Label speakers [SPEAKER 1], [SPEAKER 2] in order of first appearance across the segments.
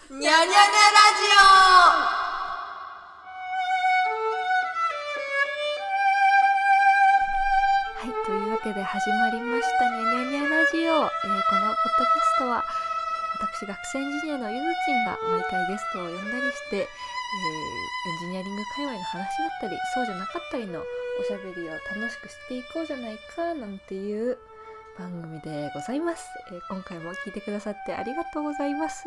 [SPEAKER 1] にゃにゃにゃラジオ。はい、というわけで始まりましたにゃにゃにゃラジオ。このポッドキャストは、私学生エンジニアのゆずちんが毎回ゲストを呼んだりして、エンジニアリング界隈の話だったりそうじゃなかったりのおしゃべりを楽しくしていこうじゃないかなんていう番組でございます。今回も聞いてくださってありがとうございます。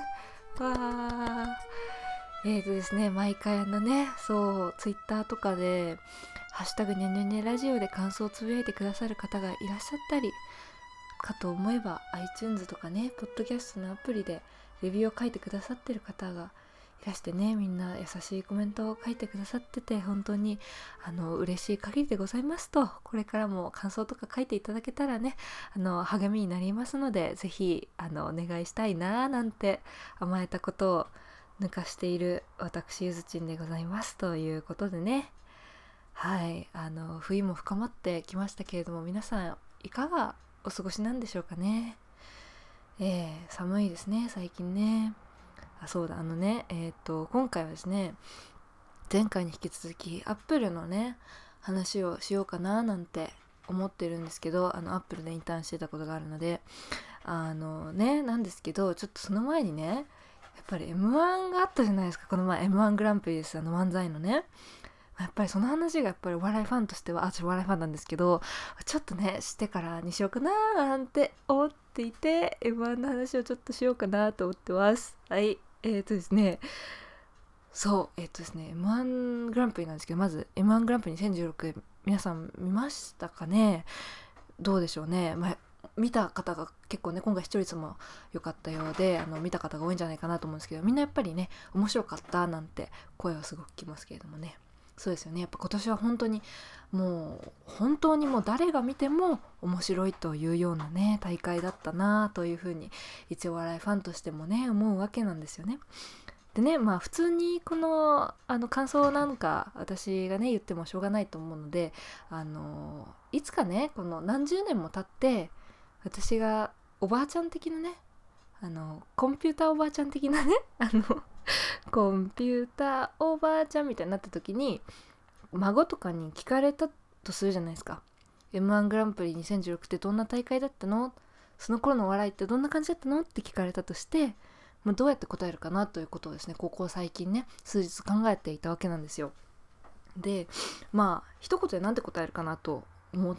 [SPEAKER 1] ですね、毎回そうツイッターとかでハッシュタグにゃにゃにゃラジオで感想をつぶやいてくださる方がいらっしゃったりかと思えば、 iTunes とかね、ポッドキャストのアプリでレビューを書いてくださってる方がいらしてね、みんな優しいコメントを書いてくださってて、本当に嬉しい限りでございますと。これからも感想とか書いていただけたらね、励みになりますので、ぜひお願いしたいななんて甘えたことを抜かしている私ゆずちんでございますということでね。はい、冬も深まってきましたけれども、皆さんいかがお過ごしなんでしょうかね。寒いですね最近ね。そうだ、今回はですね、前回に引き続きアップルのね話をしようかななんて思ってるんですけど、アップルでインターンしてたことがあるので、なんですけど、ちょっとその前にね、やっぱり M1 があったじゃないですか。この前 M1 グランプリです。漫才のね。やっぱりその話がやっぱりお笑いファンとしては、私お笑いファンなんですけど、ちょっとねしてからにしようかななんて思っていて、 M1 の話をちょっとしようかなと思ってます。はい、ですね、そうですね M1 グランプリなんですけど、まず M1 グランプリ2016、皆さん見ましたかね。どうでしょうね。見た方が結構ね、今回視聴率も良かったようで、見た方が多いんじゃないかなと思うんですけど、みんなやっぱりね面白かったなんて声はすごく聞きますけれどもね。そうですよね、やっぱ今年は本当にもう誰が見ても面白いというようなね大会だったなというふうに、一応笑いファンとしてもね思うわけなんですよね。でね、普通にこの感想なんか私がね言ってもしょうがないと思うので、いつかねこの何十年も経って私がおばあちゃん的なね、コンピューターおばあちゃん的なねコンピューターおばあちゃんみたいになった時に、孫とかに聞かれたとするじゃないですか。 M1 グランプリ2016ってどんな大会だったの、その頃のお笑いってどんな感じだったのって聞かれたとして、どうやって答えるかなということをですね、ここ最近ね数日考えていたわけなんですよ。で一言で何て答えるかなと思って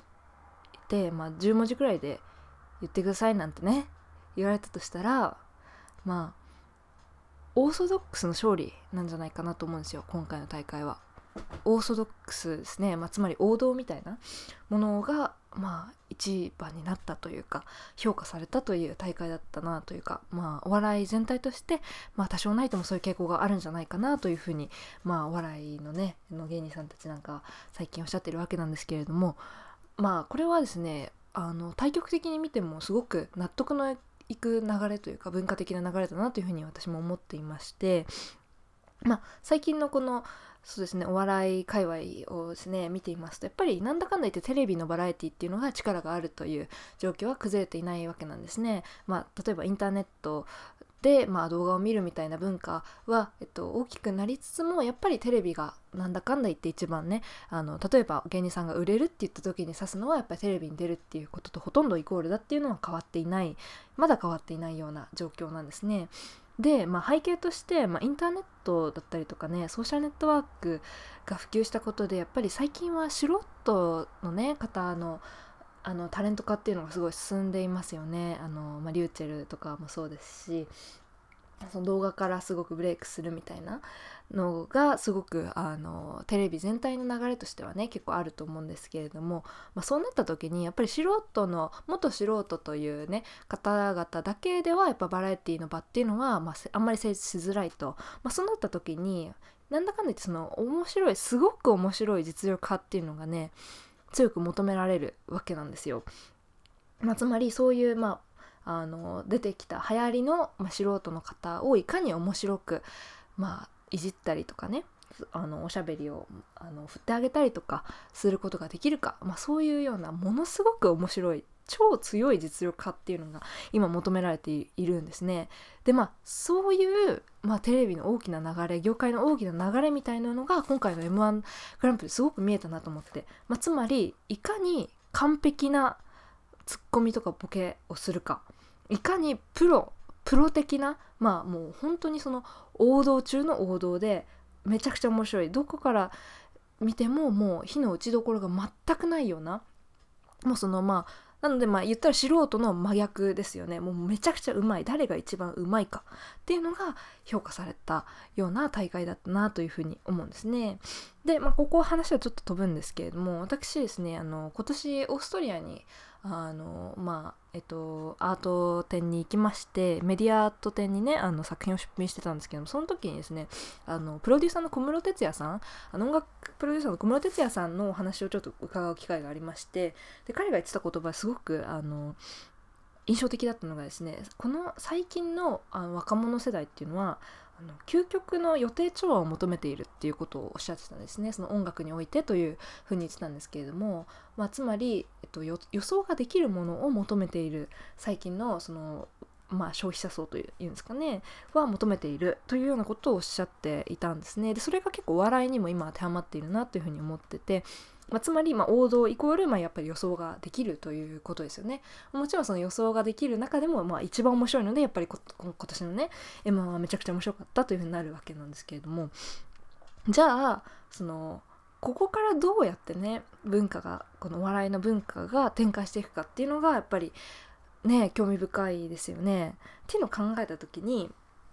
[SPEAKER 1] 、10文字くらいで言ってくださいなんてね言われたとしたら、オーソドックスの勝利なんじゃないかなと思うんですよ。今回の大会はオーソドックスですね、つまり王道みたいなものが一番になったというか、評価されたという大会だったなというか、お笑い全体として多少ないともそういう傾向があるんじゃないかなというふうに、お笑いのね芸人さんたちなんか最近おっしゃってるわけなんですけれども、これはですね対極的に見てもすごく納得のいく流れというか文化的な流れだなというふうに私も思っていまして、最近のこのそうですねお笑い界隈をですね見ていますと、やっぱりなんだかんだ言ってテレビのバラエティっていうのが力があるという状況は崩れていないわけなんですね。例えばインターネットで、動画を見るみたいな文化は、大きくなりつつも、やっぱりテレビがなんだかんだ言って一番ね、例えば芸人さんが売れるって言った時に指すのはやっぱりテレビに出るっていうこととほとんどイコールだっていうのは変わっていない、まだ変わっていないような状況なんですね。で、背景として、インターネットだったりとかね、ソーシャルネットワークが普及したことで、やっぱり最近は素人のね方のタレント化っていうのがすごい進んでいますよね。リューチェルとかもそうですし、その動画からすごくブレイクするみたいなのがすごくテレビ全体の流れとしてはね結構あると思うんですけれども、そうなった時にやっぱり元素人というね方々だけではやっぱバラエティの場っていうのは、あんまり成立しづらいと、そうなった時になんだかんだ言ってそのすごく面白い実力派っていうのがね強く求められるわけなんですよ。つまりそういう出てきた流行りの、素人の方をいかに面白く、いじったりとかね、おしゃべりを振ってあげたりとかすることができるか、そういうようなものすごく面白い超強い実力派っていうのが今求められているんですね。でそういう、テレビの大きな流れ、業界の大きな流れみたいなのが今回の M1 グランプリすごく見えたなと思って、つまりいかに完璧なツッコミとかボケをするか、いかにプロ的な、もう本当にその王道中の王道でめちゃくちゃ面白い、どこから見てももう火の打ちどころが全くないような、もうそのなので言ったら素人の真逆ですよね。もうめちゃくちゃうまい、誰が一番うまいかっていうのが評価されたような大会だったなというふうに思うんですね。で、ここ話はちょっと飛ぶんですけれども、私ですね、今年オーストリアにアート展に行きまして、メディアアート展にね作品を出品してたんですけども、その時にですねプロデューサーの小室哲哉さん、音楽プロデューサーの小室哲哉さんのお話をちょっと伺う機会がありまして、で彼が言ってた言葉すごく印象的だったのがですね、この最近の若者世代っていうのは究極の予定調和を求めているっていうことをおっしゃってたんですね。その音楽においてというふうに言ってたんですけれども、つまり、予想ができるものを求めている最近のその、消費者層というんですかねは求めているというようなことをおっしゃっていたんですね。でそれが結構お笑いにも今当てはまっているなというふうに思ってて、つまり王道イコールやっぱり予想ができるということですよね。もちろんその予想ができる中でも一番面白いのでやっぱり今年のね M1 はめちゃくちゃ面白かったというふうになるわけなんですけれども、じゃあここからどうやってねこのお笑いの文化が展開していくかっていうのがやっぱりね興味深いですよね。っていうのを考えた時に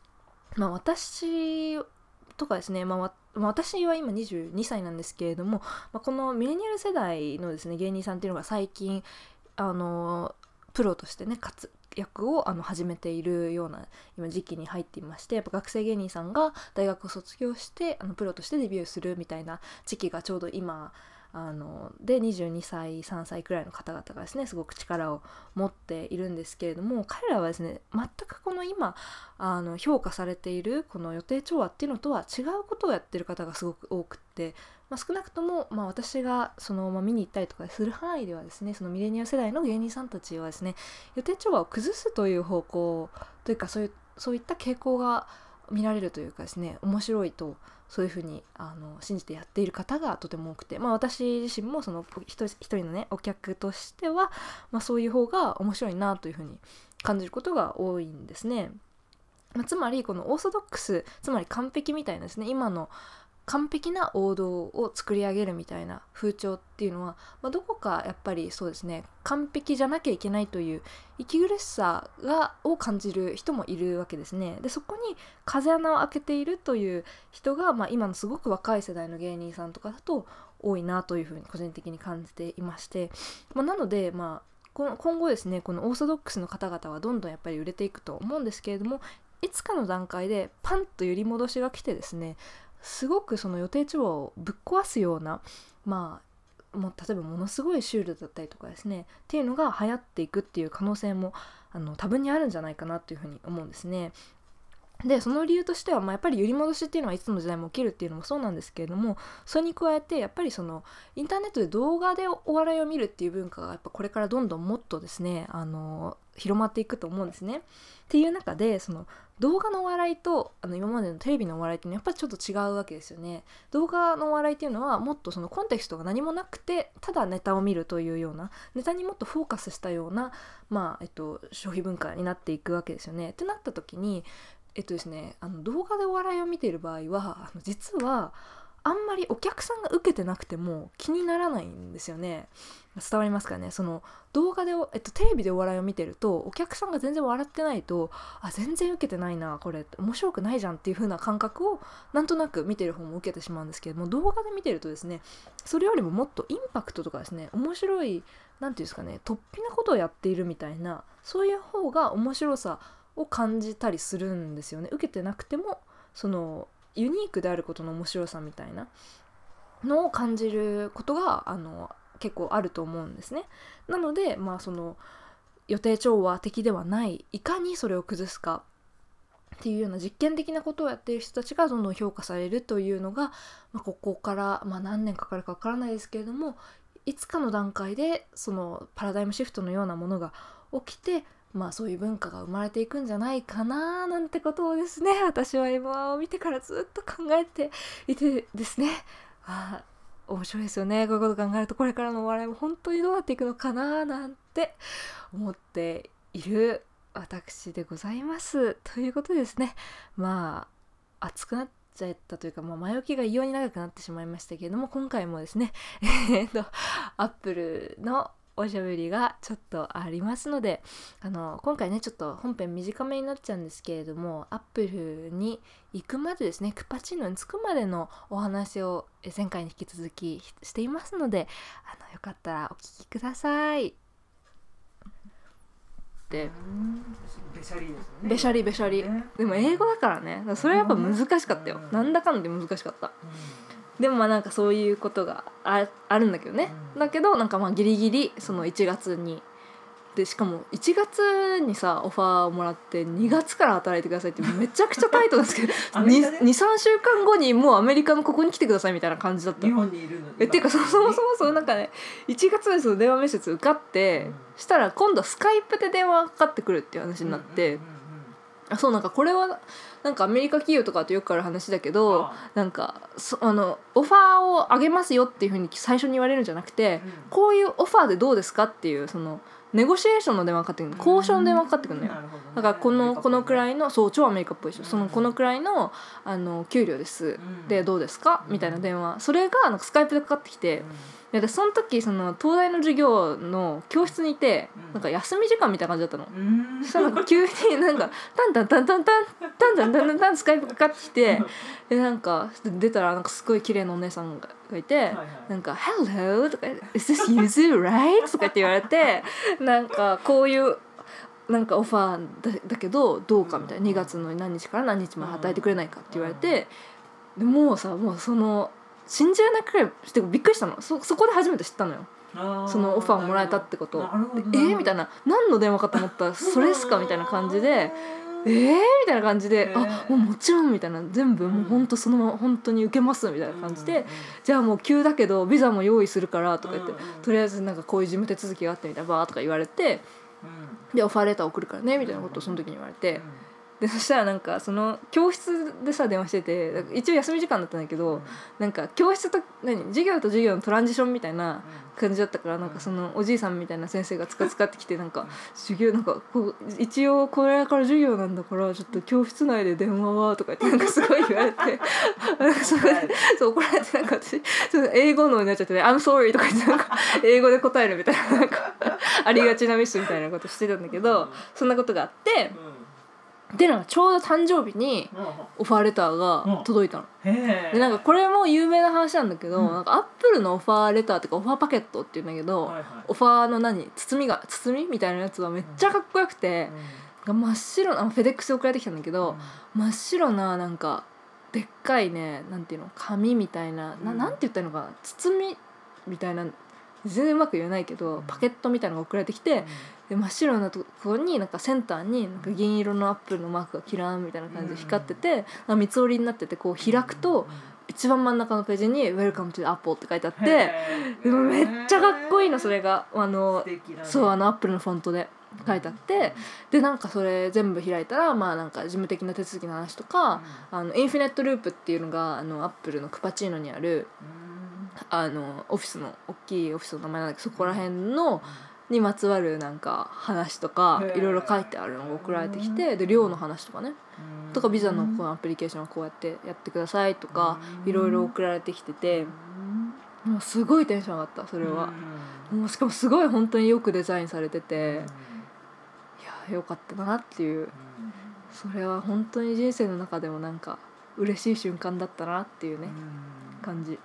[SPEAKER 1] 私とかですね、私は今22歳なんですけれども、このミレニアル世代のですね芸人さんっていうのが最近プロとしてね活躍を始めているような今時期に入っていまして、やっぱ学生芸人さんが大学を卒業してプロとしてデビューするみたいな時期がちょうど今で22歳3歳くらいの方々がですねすごく力を持っているんですけれども、彼らはですね全くこの今評価されているこの予定調和っていうのとは違うことをやってる方がすごく多くって、少なくとも、私が見に行ったりとかする範囲ではですね、そのミレニアル世代の芸人さんたちはですね予定調和を崩すという方向というかそういった傾向が見られるというかですね、面白いとそういうふうに信じてやっている方がとても多くて、私自身もその一人のねお客としては、そういう方が面白いなというふうに感じることが多いんですね。つまりこのオーソドックス、つまり完璧みたいなですね、今の完璧な王道を作り上げるみたいな風潮っていうのは、どこかやっぱりそうですね完璧じゃなきゃいけないという息苦しさを感じる人もいるわけですね。でそこに風穴を開けているという人が、今のすごく若い世代の芸人さんとかだと多いなというふうに個人的に感じていまして、なので今後ですねこのオーソドックスの方々はどんどんやっぱり売れていくと思うんですけれども、いつかの段階でパンと揺り戻しが来てですね、すごくその予定調和をぶっ壊すようなもう例えばものすごいシュールだったりとかですねっていうのが流行っていくっていう可能性も多分にあるんじゃないかなというふうに思うんですね。でその理由としては、やっぱり揺り戻しっていうのはいつの時代も起きるっていうのもそうなんですけれども、それに加えてやっぱりそのインターネットで動画でお笑いを見るっていう文化がやっぱこれからどんどんもっとですね広まっていくと思うんですね。っていう中でその動画のお笑いと今までのテレビのお笑いっていうのはやっぱりちょっと違うわけですよね。動画のお笑いっていうのはもっとそのコンテキストが何もなくてただネタを見るというような、ネタにもっとフォーカスしたような、消費文化になっていくわけですよね。ってなった時にですね、動画でお笑いを見ている場合は実はあんまりお客さんが受けてなくても気にならないんですよね。伝わりますかね。その動画でテレビでお笑いを見てるとお客さんが全然笑ってないと全然受けてないな、これ面白くないじゃんっていう風な感覚をなんとなく見てる方も受けてしまうんですけれども、動画で見てるとですねそれよりももっとインパクトとかですね、面白いなんていうんですかね、突飛なことをやっているみたいな、そういう方が面白さを感じたりするんですよね。受けてなくてもそのユニークであることの面白さみたいなのを感じることが結構あると思うんですね。なのでその予定調和的ではない、いかにそれを崩すかっていうような実験的なことをやっている人たちがどんどん評価されるというのが、ここから、何年かかるかわからないですけれどもいつかの段階でそのパラダイムシフトのようなものが起きて、そういう文化が生まれていくんじゃないかななんてことをですね、私は M1 を見てからずっと考えていてですね、面白いですよね。こういうこと考えるとこれからのお笑いも本当にどうなっていくのかななんて思っている私でございます。ということでですね、熱くなっちゃったというか、前置きが異様に長くなってしまいましたけれども、今回もですねアップルのおしゃべりがちょっとありますので、今回ねちょっと本編短めになっちゃうんですけれども、アップルに行くまでですね、クパチーノに着くまでのお話を前回に引き続きしていますので、よかったらお聞きください。で
[SPEAKER 2] べしゃりですね。
[SPEAKER 1] べしゃり、でも英語だからね、それはやっぱ難しかったよ。なんだかんで難しかった。でもなんかそういうことが あるんだけどね、だけどなんかギリギリその1月にで、しかも1月にさオファーをもらって2月から働いてくださいってめちゃくちゃタイトなんですけど2、3週間後にもうアメリカのここに来てくださいみたいな感じだった。
[SPEAKER 2] 日本にいるの
[SPEAKER 1] っていうかそもそもなんかね、1月にその電話面接受かって、したら今度はスカイプで電話がかかってくるっていう話になって、そうなんかこれはなんかアメリカ企業とかとよくある話だけど、なんかオファーをあげますよっていう風に最初に言われるんじゃなくて、こういうオファーでどうですかっていうそのネゴシエーションの電話かかってくる、交渉の電話かかってくるのよ。だからこのくらいの、そう超アメリカっぽいでしょ、そのこのくらいの給料です、でどうですかみたいな電話、それがなんかスカイプでかかってきて、でその時その東大の授業の教室にいて、なんか休み時間みたいな感じだったの。そしたらなんか急になんかタンタンタンタンタンタンタンタンタンタンスカイプかかってきて、でなんか出たらなんかすごい綺麗なお姉さんがいて、なんか Hello とか Is this Yuzu right? とかって言われて、なんかこういうなんかオファーだけどどうかみたいな、2月の何日から何日まで働いてくれないかって言われて、でもうその信じられないくらいしてびっくりしたの。そこで初めて知ったのよ、そのオファーをもらえたってこと。みたいな、何の電話かと思ったらそれっすかみたいな感じで、みたいな感じで、もちろんみたいな、全部もう本当そのまま本当に受けますみたいな感じで、じゃあもう急だけどビザも用意するからとか言って、とりあえずなんかこういう事務手続きがあってみたいなバーとか言われて、でオファーレター送るからねみたいなことをその時に言われて、でそしたらなんかその教室でさ電話してて、一応休み時間だったんだけど、なんか教室と授業と授業のトランジションみたいな感じだったから、なんかそのおじいさんみたいな先生が使ってきて、なんか授業なんかこう一応これから授業なんだからちょっと教室内で電話はとか言ってなんかすごい言われてなんかそう怒られて、なんか私英語のになっちゃってね I'm sorry とか言ってなんか英語で答えるみたいな、なんかありがちなミスみたいなことしてたんだけど、そんなことがあって、でなんかちょうど誕生日にオファーレターが届いたの。でなんかこれも有名な話なんだけど、なんかアップルのオファーレターっていうかオファーパケットっていうんだけど、オファーの包みみたいなやつはめっちゃかっこよくて、真っ白なフェデックスで送られてきたんだけど、真っ白ななんかでっかいね、なんていうの、紙みたいな、なんて言ったらいいのかな、包みみたいな、全然うまく言えないけどパケットみたいなのが送られてきて、で真っ白なところになんかセンターになんか銀色のアップルのマークがキラーンみたいな感じで光ってて、三つ折りになってて、こう開くと一番真ん中のページに Welcome to Apple って書いてあって、でもめっちゃかっこいいの、それがそうアップルのフォントで書いてあって、でなんかそれ全部開いたら、なんか事務的な手続きの話とか、インフィネットループっていうのがアップルのクパチーノにあるオフィスの大きいオフィスの名前なんだけど、そこら辺のにまつわるなんか話とかいろいろ書いてあるのが送られてきて、で寮の話とかね、とかビザのこのアプリケーションはこうやってやってくださいとかいろいろ送られてきてて、もうすごいテンション上がった。それはもうしかもすごい本当によくデザインされてて、いやよかったなっていう、それは本当に人生の中でもなんか嬉しい瞬間だったなっていうね感じ。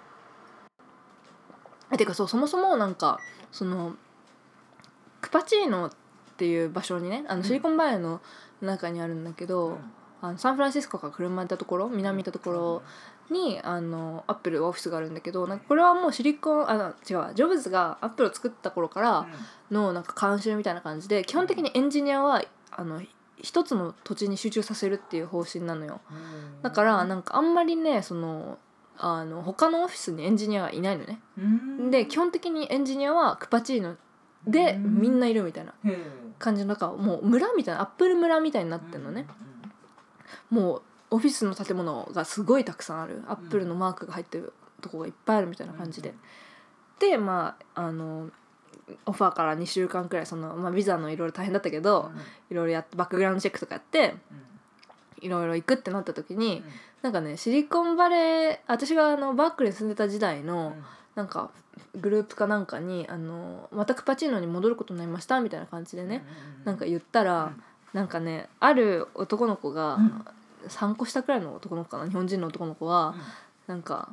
[SPEAKER 1] てかそもそもなんかそのクパチーノっていう場所にね、シリコンバレーの中にあるんだけど、サンフランシスコから車で行ったところ、南行ったところにアップルオフィスがあるんだけど、なんかこれはもうジョブズがアップルを作った頃からのなんか慣習みたいな感じで、基本的にエンジニアは一つの土地に集中させるっていう方針なのよ。だからなんかあんまりねその他のオフィスにエンジニアがいないのね。
[SPEAKER 2] うん
[SPEAKER 1] で基本的にエンジニアはクパチーノでみんないるみたいな
[SPEAKER 2] へえ
[SPEAKER 1] 感じの中、もう村みたいな、アップル村みたいになってるのね。もうオフィスの建物がすごいたくさんある、アップルのマークが入ってるとこがいっぱいあるみたいな感じで、でまあオファーから2週間くらいビザのいろいろ大変だったけど、いろいろやってバックグラウンドチェックとかやっていろいろ行くってなった時に、なんかねシリコンバレー、私がバークレーに住んでた時代のなんかグループかなんかにまたクパチーノに戻ることになりましたみたいな感じでね、なんか言ったら、なんかねある男の子が、3個下くらいの男の子かな、日本人の男の子は、なんか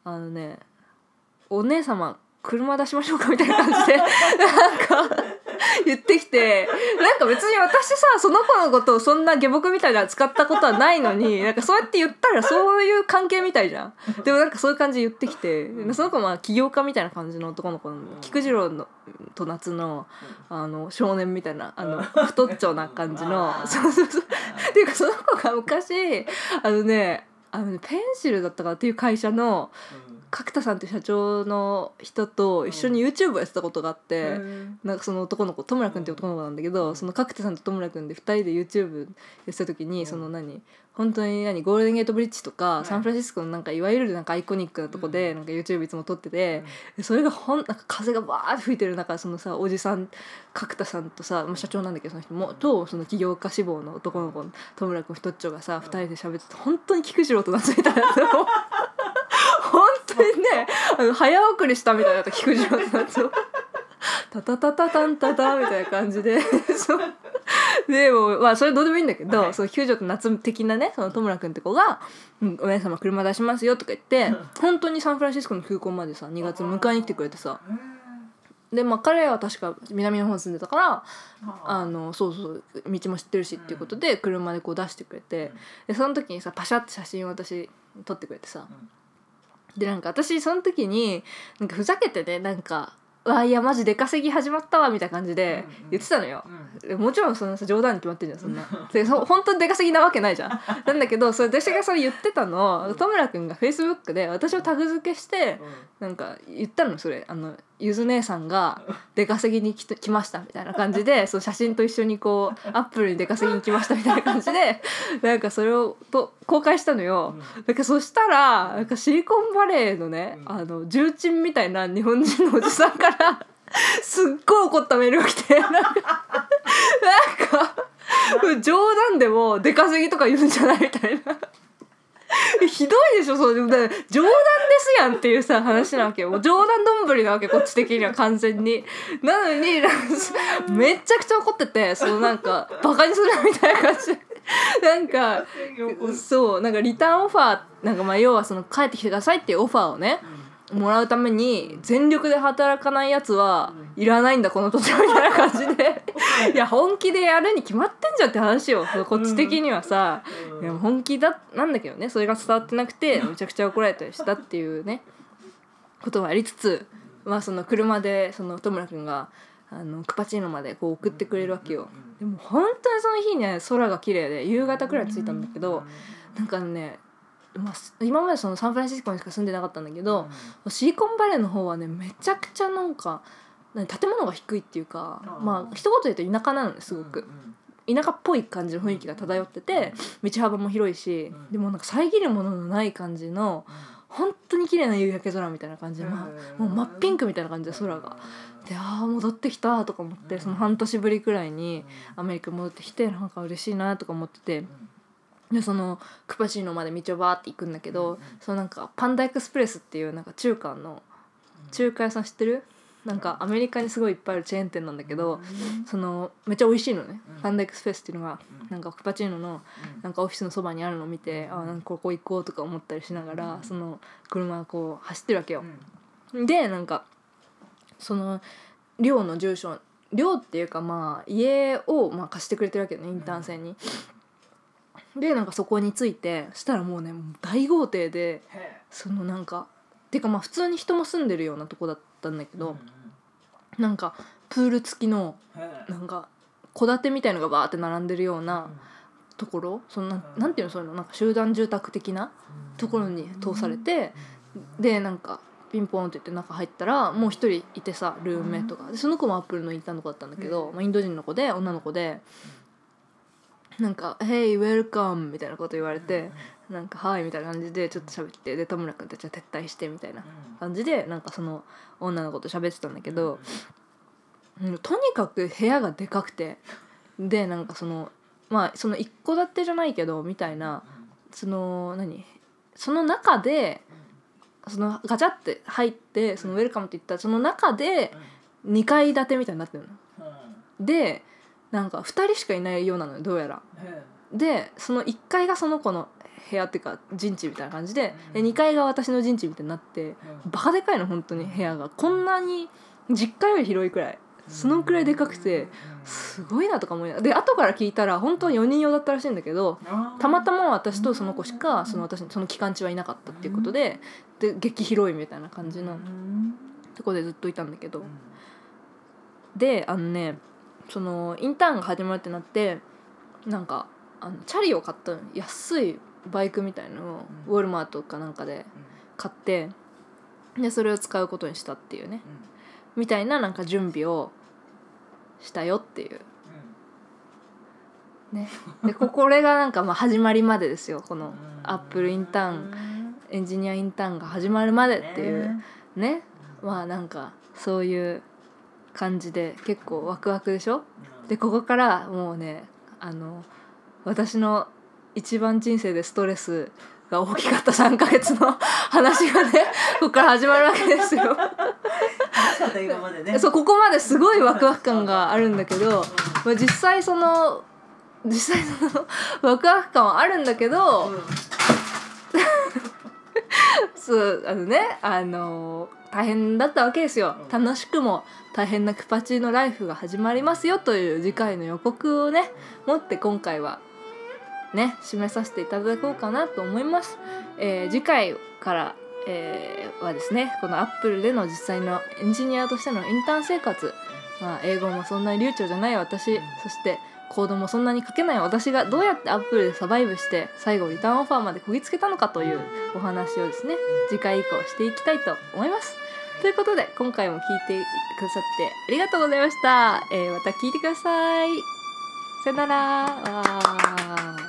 [SPEAKER 1] お姉様車出しましょうかみたいな感じでなんか言ってきて、なんか別に私さその子のことをそんな下僕みたいな使ったことはないのに、なんかそうやって言ったらそういう関係みたいじゃん。でもなんかそういう感じで言ってきて、その子は起業家みたいな感じの男の子、菊次郎のと夏の少年みたいな太っちょな感じのそうっていうか、その子が昔ペンシルだったかなっていう会社の角田さんっていう社長の人と一緒に YouTube をやってたことがあって、なんかその男の子戸村君っていう男の子なんだけど、その角田さんと戸村君で2人で YouTube やってた時に、本当にゴールデンゲートブリッジとかサンフランシスコのなんかいわゆるなんかアイコニックなとこでなんか YouTube いつも撮ってて、それがなんか風がバーって吹いてる中、そのさおじさん角田さんとさ、社長なんだけどその人もとその起業家志望の男の子戸村君太っちょがさ2人で喋ってて、本当に菊次郎と夏みたいな本当にね早送りしたみたいだった菊次郎と夏をタタタタタンタタみたいな感じでそうでもまあそれどうでもいいんだけど、はい、その九条と夏的なね、その戸村君って子が、お姉様車出しますよとか言って本当にサンフランシスコの空港までさ2月迎えに来てくれてさ、で彼は確か南の方に住んでたからそう道も知ってるしっていうことで車でこう出してくれて、でその時にさパシャって写真を私撮ってくれてさ、でなんか私その時になんかふざけてね、なんかわいやマジ出稼ぎ始まったわみたいな感じで言ってたのよ、もちろんそのさ冗談に決まってるじゃんそんなで本当に出稼ぎなわけないじゃんなんだけど私がそれ言ってたのを戸村くんが Facebook で私をタグ付けしてなんか言ったの、それゆず姉さんが出稼ぎに来ましたみたいな感じでその写真と一緒にこうアップルに出稼ぎに来ましたみたいな感じでなんかそれを公開したのよ、なんかそしたらなんかシリコンバレーのね重鎮みたいな日本人のおじさんからすっごい怒ったメールが来てなんか冗談でも出稼ぎとか言うんじゃないみたいなひどいでしょ、そう冗談ですやんっていうさ話なわけよ。もう冗談どんぶりなわけこっち的には完全に。なのにめっちゃくちゃ怒ってて、なんかバカにするみたいな感じでなんかそうなんかリターンオファーなんかまあ要は帰ってきてくださいっていうオファーをね、もらうために全力で働かないやつはいらないんだこの土地みたいな感じでいや本気でやるに決まってんじゃんって話をこっち的にはさ、いや本気なんだけどね、それが伝わってなくてめちゃくちゃ怒られたりしたっていうねことはありつつ、まあその車で戸村君がクパチーノまでこう送ってくれるわけよ。でも本当にその日ね空が綺麗で夕方くらい着いたんだけど、なんかね今までサンフランシスコにしか住んでなかったんだけど、シリコンバレーの方はねめちゃくちゃなんか建物が低いっていうか、まあ一言で言うと田舎なのね、すごく田舎っぽい感じの雰囲気が漂ってて道幅も広いし、でもなんか遮るもののない感じの本当に綺麗な夕焼け空みたいな感じで、もう真っピンクみたいな感じで空がで、戻ってきたとか思って、その半年ぶりくらいにアメリカ戻ってきてなんか嬉しいなとか思ってて、でクパチーノまで道をバーって行くんだけど、なんかパンダエクスプレスっていうなんか中華屋さん知ってる？なんかアメリカにすごいいっぱいあるチェーン店なんだけど、めっちゃ美味しいのね、パンダエクスプレスっていうのがなんかクパチーノのなんかオフィスのそばにあるのを見て、なんかここ行こうとか思ったりしながら車がこう走ってるわけよ。でなんか寮の住所、寮っていうかまあ家をまあ貸してくれてるわけよね、インターン生に。でなんかそこに着いてしたらもうね大豪邸でなんかてかまあ普通に人も住んでるようなとこだったんだけど、なんかプール付きのなんか戸建てみたいのがバーって並んでるようなところ、そのなんていうの、そういうのなんか集団住宅的なところに通されて、でなんかピンポーンって言って中入ったらもう一人いてさ、ルームメイトがで、その子もアップルのインターンの子だったんだけど、インド人の子で女の子で、なんか「Hey welcome」みたいなこと言われて、なんか「はい」みたいな感じでちょっと喋って、で田村君たちは撤退してみたいな感じでなんかその女の子と喋ってたんだけど、とにかく部屋がでかくて、でなんかそのその一戸建てじゃないけどみたいな、その中でそのガチャって入って、そのウェルカムって言ったその中で2階建てみたいになってるので、なんか2人しかいないようなのよ、どうやら。でその1階がその子の部屋っていうか陣地みたいな感じで、2階が私の陣地みたいになって、バカでかいの本当に。部屋がこんなに実家より広いくらい、そのくらいでかくてすごいなとか思いながら、で後から聞いたら本当は4人用だったらしいんだけど、たまたま私とその子しか私その期間中はいなかったっていうことで、激広いみたいな感じのとこでずっといたんだけど、でそのインターンが始まるってなって、なんかチャリを買ったの、安いバイクみたいのをウォルマートかなんかで買って、でそれを使うことにしたっていうね、みたいななんか準備をしたよっていうね。でこれがなんか始まりまでですよ、このアップルインターン、エンジニアインターンが始まるまでっていうね。なんかそういう感じで結構ワクワクでしょ。でここからもうね、私の一番人生でストレスが大きかった3ヶ月の話がねここから始まるわけですよ。
[SPEAKER 2] 今までね、
[SPEAKER 1] そうここまですごいワクワク感があるんだけど、実際そのワクワク感はあるんだけど、そう大変だったわけですよ。楽しくも大変なクパチーノライフが始まりますよという次回の予告をね持って今回はね締めさせていただこうかなと思います。次回から、はですね、このアップルでの実際のエンジニアとしてのインターン生活、英語もそんなに流暢じゃない私、そしてコードもそんなに書けない私がどうやってアップルでサバイブして最後リターンオファーまでこぎつけたのかというお話をですね次回以降していきたいと思います。ということで今回も聞いてくださってありがとうございました。また聞いてください。さよなら。